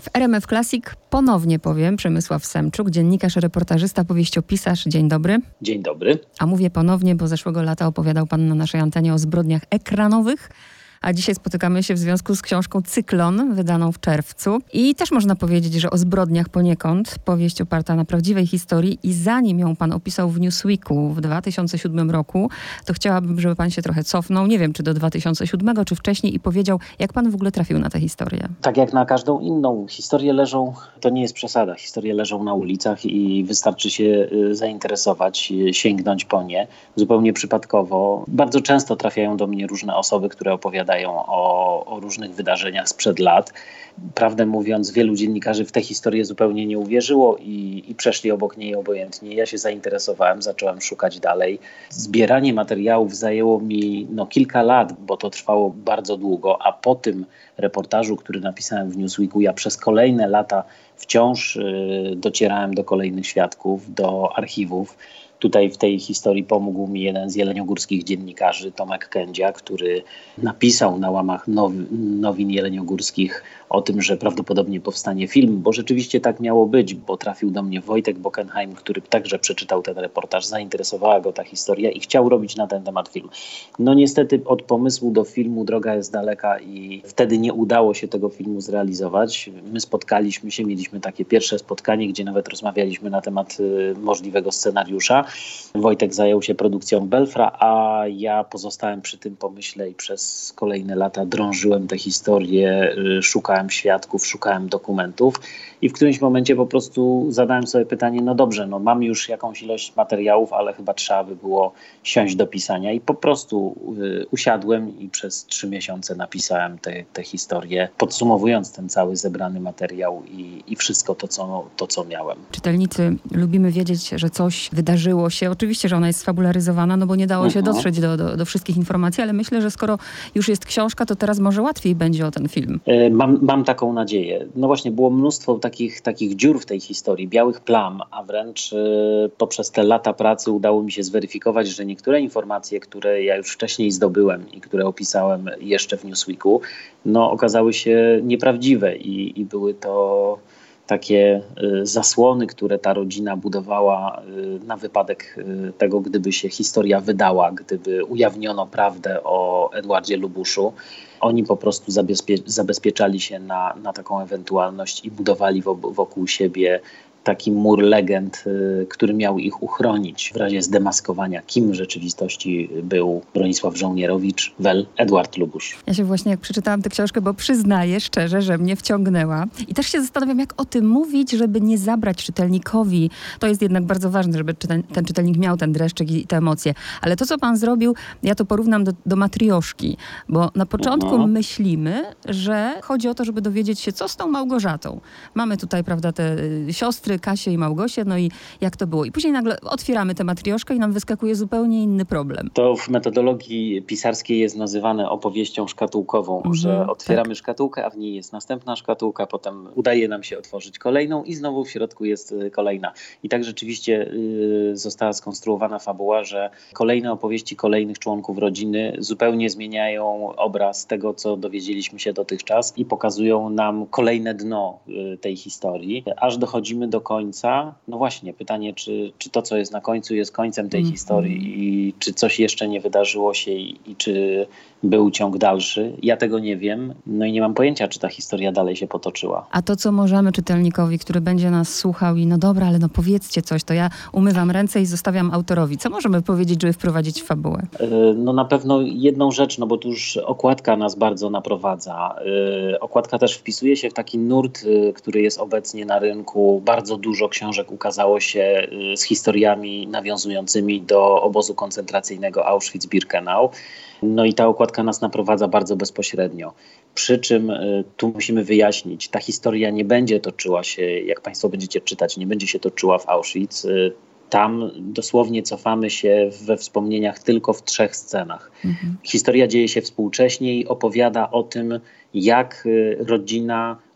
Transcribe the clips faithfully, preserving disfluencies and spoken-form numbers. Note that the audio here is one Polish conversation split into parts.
W R M F Classic ponownie powiem Przemysław Semczuk, dziennikarz, reportażysta, powieściopisarz. Dzień dobry. Dzień dobry. A mówię ponownie, bo zeszłego lata opowiadał pan na naszej antenie o zbrodniach ekranowych, a dzisiaj spotykamy się w związku z książką Cyklon, wydaną w czerwcu. I też można powiedzieć, że o zbrodniach poniekąd. Powieść oparta na prawdziwej historii i zanim ją pan opisał w Newsweeku w dwa tysiące siódmym roku, to chciałabym, żeby pan się trochę cofnął, nie wiem, czy do dwa tysiące siódmego, czy wcześniej i powiedział, jak pan w ogóle trafił na tę historię. Tak jak na każdą inną. Historie leżą, to nie jest przesada, historie leżą na ulicach i wystarczy się zainteresować, sięgnąć po nie. Zupełnie przypadkowo. Bardzo często trafiają do mnie różne osoby, które opowiadają O, o różnych wydarzeniach sprzed lat. Prawdę mówiąc, wielu dziennikarzy w tę historię zupełnie nie uwierzyło i, i przeszli obok niej obojętnie. Ja się zainteresowałem, zacząłem szukać dalej. Zbieranie materiałów zajęło mi no, kilka lat, bo to trwało bardzo długo, a po tym reportażu, który napisałem w Newsweeku, ja przez kolejne lata wciąż y, docierałem do kolejnych świadków, do archiwów. Tutaj w tej historii pomógł mi jeden z jeleniogórskich dziennikarzy, Tomek Kędzia, który napisał na łamach now, nowin jeleniogórskich o tym, że prawdopodobnie powstanie film, bo rzeczywiście tak miało być, bo trafił do mnie Wojtek Bockenheim, który także przeczytał ten reportaż, zainteresowała go ta historia i chciał robić na ten temat film. No niestety od pomysłu do filmu droga jest daleka i wtedy nie udało się tego filmu zrealizować. My spotkaliśmy się, mieliśmy takie pierwsze spotkanie, gdzie nawet rozmawialiśmy na temat y, możliwego scenariusza. Wojtek zajął się produkcją Belfra, a ja pozostałem przy tym pomyśle i przez kolejne lata drążyłem tę historię, y, szukałem świadków, szukałem dokumentów i w którymś momencie po prostu zadałem sobie pytanie, no dobrze, no mam już jakąś ilość materiałów, ale chyba trzeba by było siąść do pisania i po prostu y, usiadłem i przez trzy miesiące napisałem tę historię, podsumowując ten cały zebrany materiał i, i wszystko to co, to, co miałem. Czytelnicy lubimy wiedzieć, że coś wydarzyło się. Oczywiście, że ona jest sfabularyzowana, no bo nie dało się uh-huh. dotrzeć do, do, do wszystkich informacji, ale myślę, że skoro już jest książka, to teraz może łatwiej będzie o ten film. Y, mam, mam taką nadzieję. No właśnie, było mnóstwo takich, takich dziur w tej historii, białych plam, a wręcz y, poprzez te lata pracy udało mi się zweryfikować, że niektóre informacje, które ja już wcześniej zdobyłem i które opisałem jeszcze w Newsweeku, no okazały się nieprawdziwe i, i były to takie y, zasłony, które ta rodzina budowała y, na wypadek y, tego, gdyby się historia wydała, gdyby ujawniono prawdę o Edwardzie Lubuszu. Oni po prostu zabezpie- zabezpieczali się na, na taką ewentualność i budowali wo- wokół siebie taki mur legend, y, który miał ich uchronić w razie zdemaskowania, kim w rzeczywistości był Bronisław Żołnierowicz, wel Edward Lubusz. Ja się właśnie jak przeczytałam tę książkę, bo przyznaję szczerze, że mnie wciągnęła. I też się zastanawiam, jak o tym mówić, żeby nie zabrać czytelnikowi. To jest jednak bardzo ważne, żeby czytel- ten czytelnik miał ten dreszczyk i te emocje. Ale to, co pan zrobił, ja to porównam do, do matrioszki, bo na początku mhm. myślimy, że chodzi o to, żeby dowiedzieć się, co z tą Małgorzatą. Mamy tutaj, prawda, te y, siostry, Kasię i Małgosię, no i jak to było. I później nagle otwieramy tę matrioszkę i nam wyskakuje zupełnie inny problem. To w metodologii pisarskiej jest nazywane opowieścią szkatułkową, mhm, że otwieramy tak. szkatułkę, a w niej jest następna szkatułka, potem udaje nam się otworzyć kolejną i znowu w środku jest kolejna. I tak rzeczywiście y, została skonstruowana fabuła, że kolejne opowieści kolejnych członków rodziny zupełnie zmieniają obraz tego, co dowiedzieliśmy się dotychczas i pokazują nam kolejne dno y, tej historii, aż dochodzimy do końca. No właśnie, pytanie, czy, czy to, co jest na końcu, jest końcem tej mm. historii i czy coś jeszcze nie wydarzyło się i, i czy był ciąg dalszy. Ja tego nie wiem. No i nie mam pojęcia, czy ta historia dalej się potoczyła. A to, co możemy czytelnikowi, który będzie nas słuchał i no dobra, ale no powiedzcie coś, to ja umywam ręce i zostawiam autorowi. Co możemy powiedzieć, żeby wprowadzić w fabułę? Yy, no na pewno jedną rzecz, no bo tu już okładka nas bardzo naprowadza. Yy, okładka też wpisuje się w taki nurt, yy, który jest obecnie na rynku. Bardzo dużo książek ukazało się yy, z historiami nawiązującymi do obozu koncentracyjnego Auschwitz-Birkenau. No i ta okładka nas naprowadza bardzo bezpośrednio. Przy czym y, tu musimy wyjaśnić, ta historia nie będzie toczyła się, jak Państwo będziecie czytać, nie będzie się toczyła w Auschwitz. Y, tam dosłownie cofamy się we wspomnieniach tylko w trzech scenach. Mhm. Historia dzieje się współcześnie i opowiada o tym, jak y, rodzina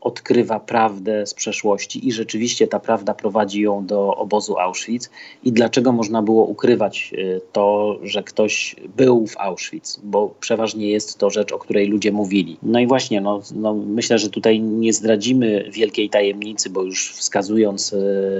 odkrywa prawdę z przeszłości i rzeczywiście ta prawda prowadzi ją do obozu Auschwitz i dlaczego można było ukrywać to, że ktoś był w Auschwitz, bo przeważnie jest to rzecz, o której ludzie mówili. No i właśnie, no, no myślę, że tutaj nie zdradzimy wielkiej tajemnicy, bo już wskazując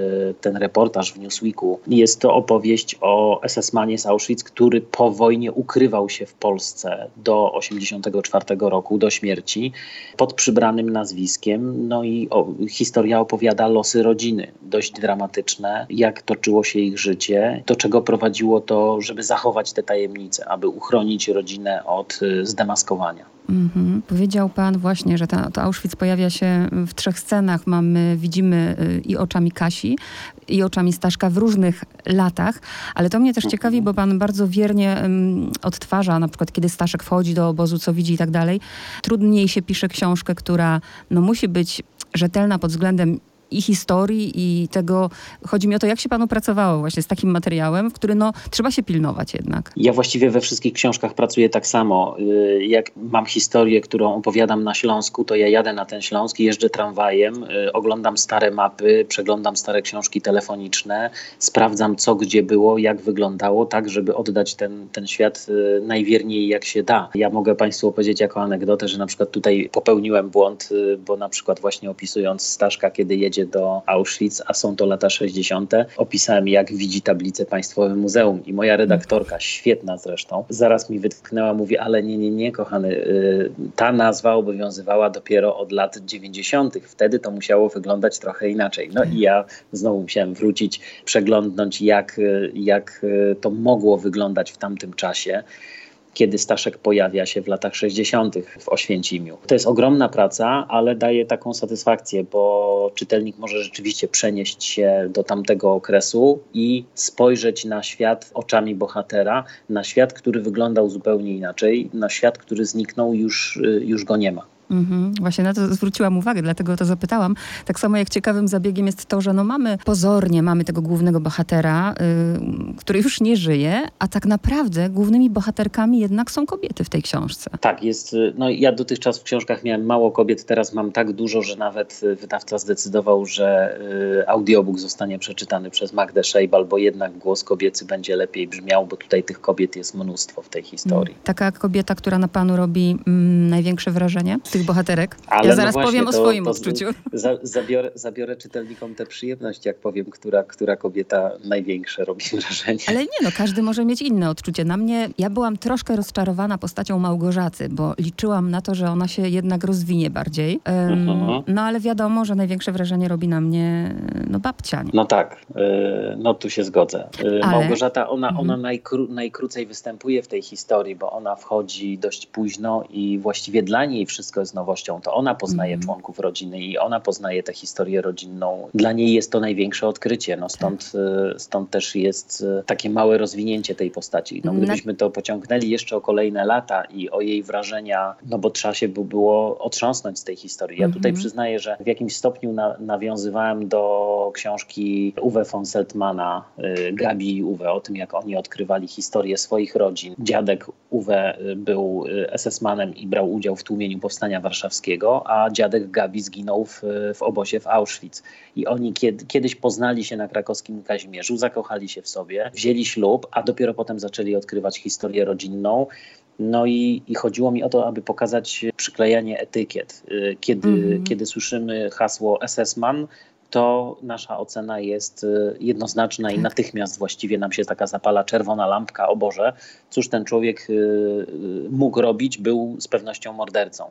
ten reportaż w Newsweeku, jest to opowieść o es es manie z Auschwitz, który po wojnie ukrywał się w Polsce do osiemdziesiątego czwartego roku, do śmierci, pod przybranym nazwiskiem. No i o, historia opowiada losy rodziny, dość dramatyczne, jak toczyło się ich życie, do czego prowadziło to, żeby zachować te tajemnice, aby uchronić rodzinę od zdemaskowania. Mhm. Powiedział pan właśnie, że ta, to Auschwitz pojawia się w trzech scenach. Mamy, widzimy i oczami Kasi, i oczami Staszka w różnych latach, ale to mnie też ciekawi, bo pan bardzo wiernie um, odtwarza, na przykład kiedy Staszek wchodzi do obozu, co widzi i tak dalej. Trudniej się pisze książkę, która no, musi być rzetelna pod względem i historii, i tego. Chodzi mi o to, jak się panu pracowało właśnie z takim materiałem, w który no, trzeba się pilnować jednak. Ja właściwie we wszystkich książkach pracuję tak samo. Jak mam historię, którą opowiadam na Śląsku, to ja jadę na ten Śląsk, jeżdżę tramwajem, oglądam stare mapy, przeglądam stare książki telefoniczne, sprawdzam co gdzie było, jak wyglądało, tak żeby oddać ten, ten świat najwierniej jak się da. Ja mogę państwu opowiedzieć jako anegdotę, że na przykład tutaj popełniłem błąd, bo na przykład właśnie opisując Staszka, kiedy jedzie do Auschwitz, a są to lata sześćdziesiąte. Opisałem, jak widzi tablicę Państwowe Muzeum i moja redaktorka, świetna zresztą, zaraz mi wytknęła, mówi, ale nie, nie, nie, kochany, yy, ta nazwa obowiązywała dopiero od lat dziewięćdziesiątych. Wtedy to musiało wyglądać trochę inaczej. No i ja znowu musiałem wrócić, przeglądnąć, jak, jak to mogło wyglądać w tamtym czasie, kiedy Staszek pojawia się w latach sześćdziesiątych w Oświęcimiu. To jest ogromna praca, ale daje taką satysfakcję, bo czytelnik może rzeczywiście przenieść się do tamtego okresu i spojrzeć na świat oczami bohatera, na świat, który wyglądał zupełnie inaczej, na świat, który zniknął, już, już go nie ma. Mhm. Właśnie na to zwróciłam uwagę, dlatego o to zapytałam. Tak samo jak ciekawym zabiegiem jest to, że no mamy pozornie, mamy tego głównego bohatera, yy, który już nie żyje, a tak naprawdę głównymi bohaterkami jednak są kobiety w tej książce. Tak, jest. No ja dotychczas w książkach miałem mało kobiet, teraz mam tak dużo, że nawet wydawca zdecydował, że yy, audiobook zostanie przeczytany przez Magdę Szejbal, bo jednak głos kobiecy będzie lepiej brzmiał, bo tutaj tych kobiet jest mnóstwo w tej historii. Taka kobieta, która na panu robi mm, największe wrażenie? Tych bohaterek. Ale ja zaraz no właśnie, powiem o to, swoim to odczuciu. Za, zabiorę, zabiorę czytelnikom tę przyjemność, jak powiem, która, która kobieta największe robi wrażenie. Ale nie no, każdy może mieć inne odczucie. Na mnie, ja byłam troszkę rozczarowana postacią Małgorzaty, bo liczyłam na to, że ona się jednak rozwinie bardziej. Um, uh-huh. No ale wiadomo, że największe wrażenie robi na mnie no babcia. Nie? No tak, yy, no tu się zgodzę. Yy, ale... Małgorzata, ona, uh-huh. ona najkró- najkrócej występuje w tej historii, bo ona wchodzi dość późno i właściwie dla niej wszystko jest nowością. To ona poznaje mm. członków rodziny i ona poznaje tę historię rodzinną. Dla niej jest to największe odkrycie. No stąd, tak. stąd też jest takie małe rozwinięcie tej postaci. No, gdybyśmy to pociągnęli jeszcze o kolejne lata i o jej wrażenia, no bo trzeba się by było otrząsnąć z tej historii. Ja mm-hmm. tutaj przyznaję, że w jakimś stopniu na, nawiązywałem do książki Uwe von Seltmana, y, Gabi i Uwe, o tym, jak oni odkrywali historię swoich rodzin. Dziadek Uwe był es es manem i brał udział w tłumieniu powstania warszawskiego, a dziadek Gabi zginął w, w obozie w Auschwitz. I oni kiedy, kiedyś poznali się na krakowskim Kazimierzu, zakochali się w sobie, wzięli ślub, a dopiero potem zaczęli odkrywać historię rodzinną. No i, i chodziło mi o to, aby pokazać przyklejanie etykiet. Kiedy, mm-hmm. kiedy słyszymy hasło es es man, to nasza ocena jest jednoznaczna i natychmiast właściwie nam się taka zapala czerwona lampka, o Boże, cóż ten człowiek mógł robić, był z pewnością mordercą.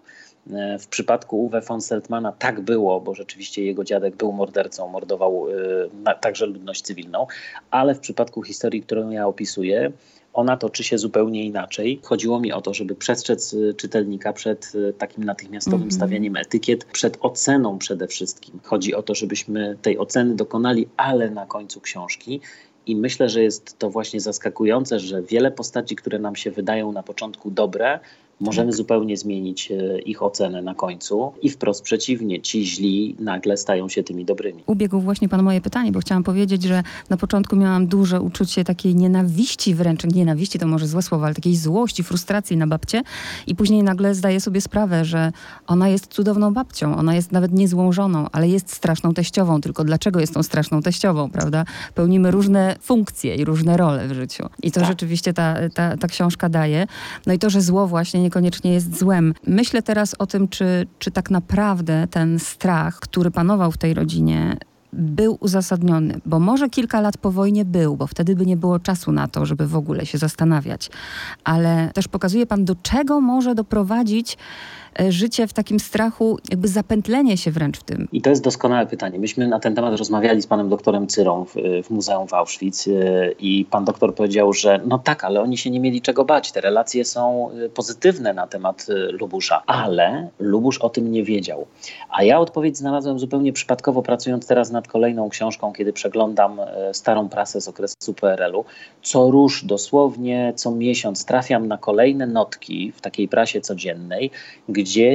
W przypadku Uwe von Seltmana tak było, bo rzeczywiście jego dziadek był mordercą, mordował także ludność cywilną, ale w przypadku historii, którą ja opisuję, ona toczy się zupełnie inaczej. Chodziło mi o to, żeby przestrzec czytelnika przed takim natychmiastowym mm-hmm. stawianiem etykiet, przed oceną przede wszystkim. Chodzi o to, żebyśmy tej oceny dokonali, ale na końcu książki. I myślę, że jest to właśnie zaskakujące, że wiele postaci, które nam się wydają na początku dobre, Możemy tak. zupełnie zmienić ich ocenę na końcu i wprost przeciwnie, ci źli nagle stają się tymi dobrymi. Ubiegł właśnie pan moje pytanie, bo chciałam powiedzieć, że na początku miałam duże uczucie takiej nienawiści wręcz, nienawiści to może złe słowo, ale takiej złości, frustracji na babcię i później nagle zdaję sobie sprawę, że ona jest cudowną babcią, ona jest nawet nie złą żoną, ale jest straszną teściową. Tylko dlaczego jest tą straszną teściową, prawda? Pełnimy różne funkcje i różne role w życiu. I to tak. rzeczywiście ta, ta, ta książka daje. No i to, że zło właśnie niekoniecznie jest złem. Myślę teraz o tym, czy, czy tak naprawdę ten strach, który panował w tej rodzinie, był uzasadniony, bo może kilka lat po wojnie był, bo wtedy by nie było czasu na to, żeby w ogóle się zastanawiać. Ale też pokazuje pan, do czego może doprowadzić życie w takim strachu, jakby zapętlenie się wręcz w tym. I to jest doskonałe pytanie. Myśmy na ten temat rozmawiali z panem doktorem Cyrą w, w Muzeum w Auschwitz i pan doktor powiedział, że no tak, ale oni się nie mieli czego bać. Te relacje są pozytywne na temat Lubusza, ale Lubusz o tym nie wiedział. A ja odpowiedź znalazłem zupełnie przypadkowo, pracując teraz nad kolejną książką, kiedy przeglądam starą prasę z okresu P R L u. Co rusz, dosłownie co miesiąc trafiam na kolejne notki w takiej prasie codziennej, gdzie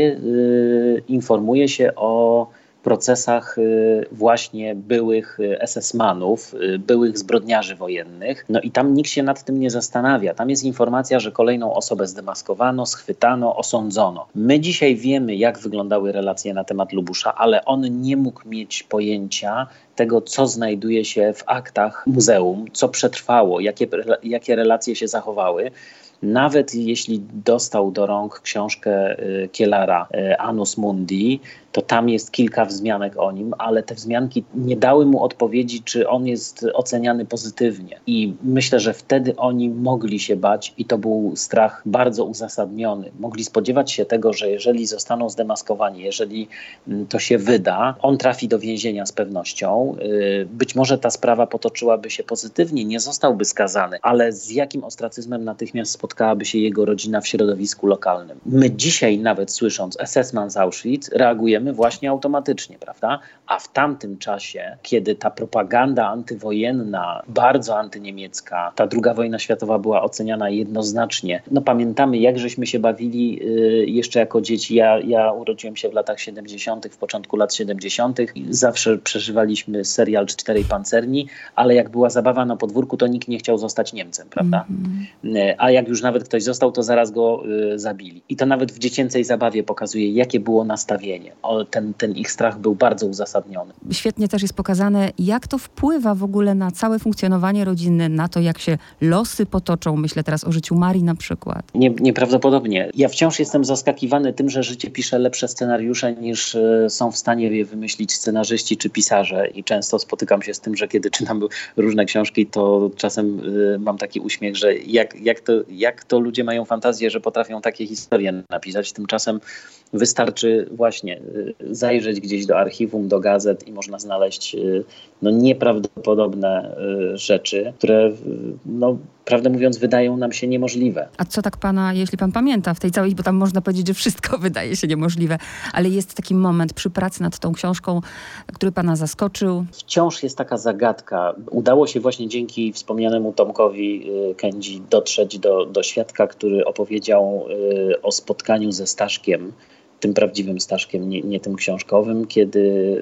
y, informuje się o procesach y, właśnie byłych es es manów, y, byłych zbrodniarzy wojennych. No i tam nikt się nad tym nie zastanawia. Tam jest informacja, że kolejną osobę zdemaskowano, schwytano, osądzono. My dzisiaj wiemy, jak wyglądały relacje na temat Lubusza, ale on nie mógł mieć pojęcia tego, co znajduje się w aktach muzeum, co przetrwało, jakie, jakie relacje się zachowały. Nawet jeśli dostał do rąk książkę Kielara Annus Mundi, to tam jest kilka wzmianek o nim, ale te wzmianki nie dały mu odpowiedzi, czy on jest oceniany pozytywnie. I myślę, że wtedy oni mogli się bać i to był strach bardzo uzasadniony. Mogli spodziewać się tego, że jeżeli zostaną zdemaskowani, jeżeli to się wyda, on trafi do więzienia z pewnością. Być może ta sprawa potoczyłaby się pozytywnie, nie zostałby skazany, ale z jakim ostracyzmem natychmiast spotkałaby się jego rodzina w środowisku lokalnym. My dzisiaj nawet słysząc es es man z Auschwitz reagujemy właśnie automatycznie, prawda? A w tamtym czasie, kiedy ta propaganda antywojenna, bardzo antyniemiecka, ta druga wojna światowa była oceniana jednoznacznie. No pamiętamy, jak żeśmy się bawili y, jeszcze jako dzieci. Ja, ja urodziłem się w latach siedemdziesiątych, w początku lat siedemdziesiątych. Zawsze przeżywaliśmy serial Czterej Pancerni, ale jak była zabawa na podwórku, to nikt nie chciał zostać Niemcem, prawda? Mm-hmm. Y, a jak już nawet ktoś został, to zaraz go y, zabili. I to nawet w dziecięcej zabawie pokazuje, jakie było nastawienie. O, ten, ten ich strach był bardzo uzasadniony. Świetnie też jest pokazane, jak to wpływa w ogóle na całe funkcjonowanie rodziny, na to, jak się losy potoczą. Myślę teraz o życiu Marii na przykład. Nie, nieprawdopodobnie. Ja wciąż jestem zaskakiwany tym, że życie pisze lepsze scenariusze, niż y, są w stanie je wymyślić scenarzyści czy pisarze. I często spotykam się z tym, że kiedy czytam różne książki, to czasem y, mam taki uśmiech, że jak, jak, to, jak to ludzie mają fantazję, że potrafią takie historie napisać. Tymczasem wystarczy właśnie y, zajrzeć gdzieś do archiwum, do gazet i można znaleźć y, no, nieprawdopodobne y, rzeczy, które y, no, prawdę mówiąc wydają nam się niemożliwe. A co tak pana, jeśli pan pamięta w tej całej, bo tam można powiedzieć, że wszystko wydaje się niemożliwe, ale jest taki moment przy pracy nad tą książką, który pana zaskoczył? Wciąż jest taka zagadka. Udało się właśnie dzięki wspomnianemu Tomkowi y, Kędzi dotrzeć do, do świadka, który opowiedział y, o spotkaniu ze Staszkiem, tym prawdziwym Staszkiem, nie, nie tym książkowym, kiedy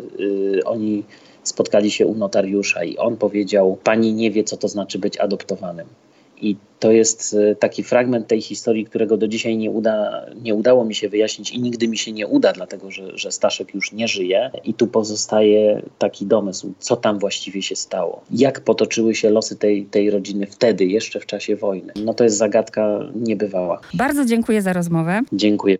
y, oni spotkali się u notariusza i on powiedział: pani nie wie, co to znaczy być adoptowanym. I to jest taki fragment tej historii, którego do dzisiaj nie, uda, nie udało mi się wyjaśnić i nigdy mi się nie uda, dlatego że, że Staszek już nie żyje. I tu pozostaje taki domysł, co tam właściwie się stało. Jak potoczyły się losy tej, tej rodziny wtedy, jeszcze w czasie wojny. No to jest zagadka niebywała. Bardzo dziękuję za rozmowę. Dziękuję.